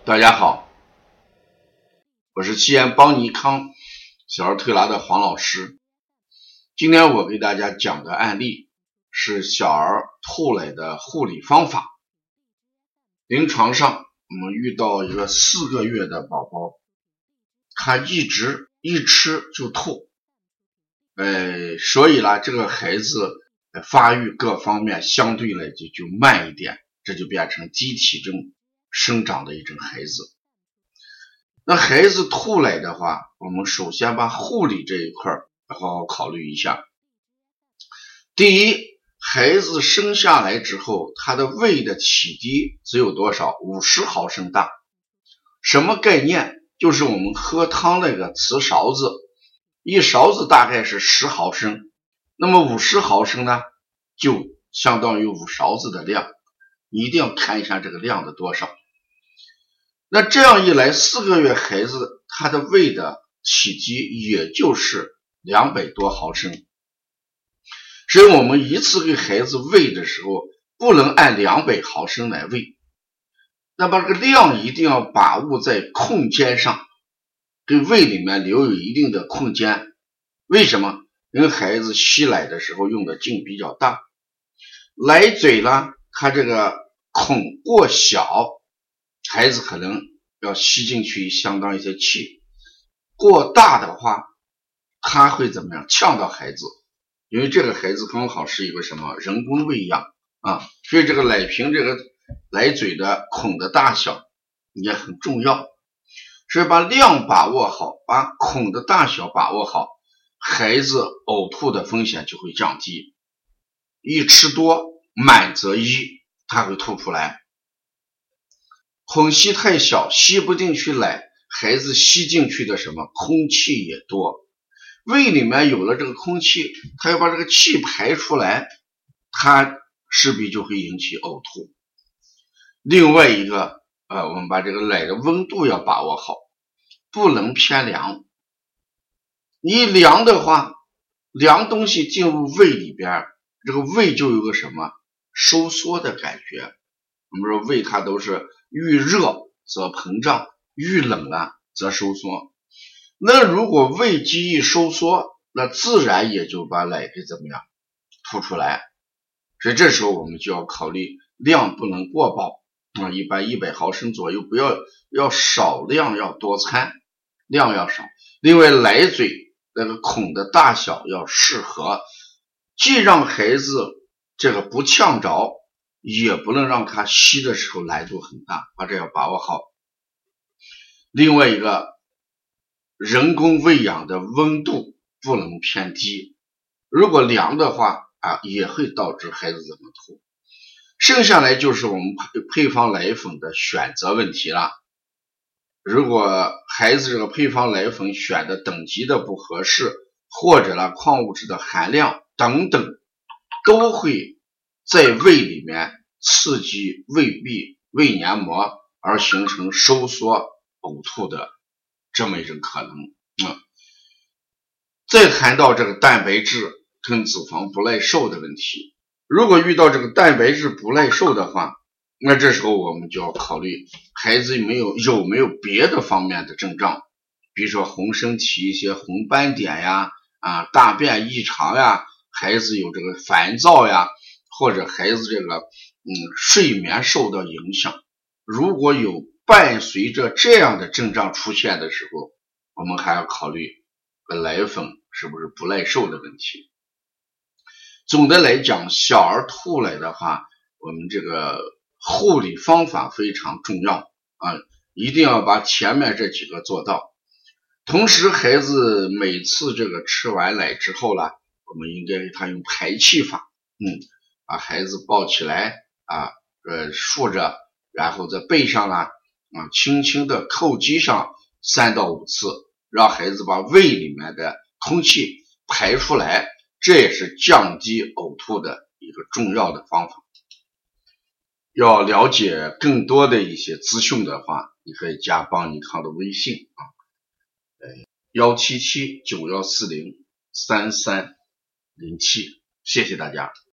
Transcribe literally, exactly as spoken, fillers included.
大家好，我是西安邦尼康小儿推拿的黄老师。今天我给大家讲的案例是小儿吐奶的护理方法。临床上我们遇到一个四个月的宝宝，他一直一吃就吐，呃，所以呢，这个孩子发育各方面相对来就就慢一点，这就变成低体重生长的一种孩子。那孩子吐奶的话，我们首先把护理这一块好好考虑一下。第一，孩子生下来之后，他的胃的体积只有多少？五十毫升大。什么概念？就是我们喝汤那个瓷勺子，一勺子大概是十毫升，那么五十毫升呢，就相当于五勺子的量。你一定要看一下这个量的多少。那这样一来，四个月孩子他的胃的体积也就是两百多毫升。所以我们一次给孩子喂的时候，不能按两百毫升来喂，那么这个量一定要把握在空间上，给胃里面留有一定的空间。为什么？因为孩子吸奶的时候用的劲比较大，奶嘴呢，它这个孔过小，孩子可能要吸进去相当一些气，过大的话他会怎么样？呛到孩子。因为这个孩子刚好是一个什么人工喂养啊，所以这个奶瓶这个奶嘴的孔的大小也很重要。所以把量把握好，把孔的大小把握好，孩子呕吐的风险就会降低。一吃多满则溢，他会吐出来。孔隙太小，吸不进去奶，孩子吸进去的什么空气也多，胃里面有了这个空气，他要把这个气排出来，他势必就会引起呕吐。另外一个呃，我们把这个奶的温度要把握好，不能偏凉。你凉的话，凉东西进入胃里边，这个胃就有个什么收缩的感觉。我们说胃它都是遇热则膨胀，遇冷啊则收缩。那如果胃肌一收缩，那自然也就把奶给怎么样吐出来。所以这时候我们就要考虑量不能过饱啊，一般一百毫升左右，不要要少量，要多餐，量要少。另外奶嘴那个孔的大小要适合，既让孩子这个不呛着，也不能让他吸的时候难度很大，把这要把握好。另外一个，人工喂养的温度不能偏低，如果凉的话啊，也会导致孩子怎么吐。剩下来就是我们配方奶粉的选择问题了。如果孩子这个配方奶粉选的等级的不合适，或者呢矿物质的含量等等，都会在胃里面刺激胃壁、胃黏膜而形成收缩呕吐的这么一种可能。嗯，再谈到这个蛋白质跟脂肪不耐受的问题，如果遇到这个蛋白质不耐受的话，那这时候我们就要考虑孩子有没有有没有别的方面的症状，比如说红身体一些红斑点呀，啊大便异常呀，孩子有这个烦躁呀，或者孩子这个嗯睡眠受到影响。如果有伴随着这样的症状出现的时候，我们还要考虑奶粉是不是不耐受的问题。总的来讲，小儿吐奶的话，我们这个护理方法非常重要啊，一定要把前面这几个做到。同时孩子每次这个吃完奶之后呢，我们应该给他用排气法，嗯，把孩子抱起来啊，呃竖着，然后在背上呢啊，轻轻的叩击上三到五次，让孩子把胃里面的空气排出来，这也是降低呕吐的一个重要的方法。要了解更多的一些资讯的话，你可以加邦尼康的微信啊，一七七九一四零三三零七，谢谢大家。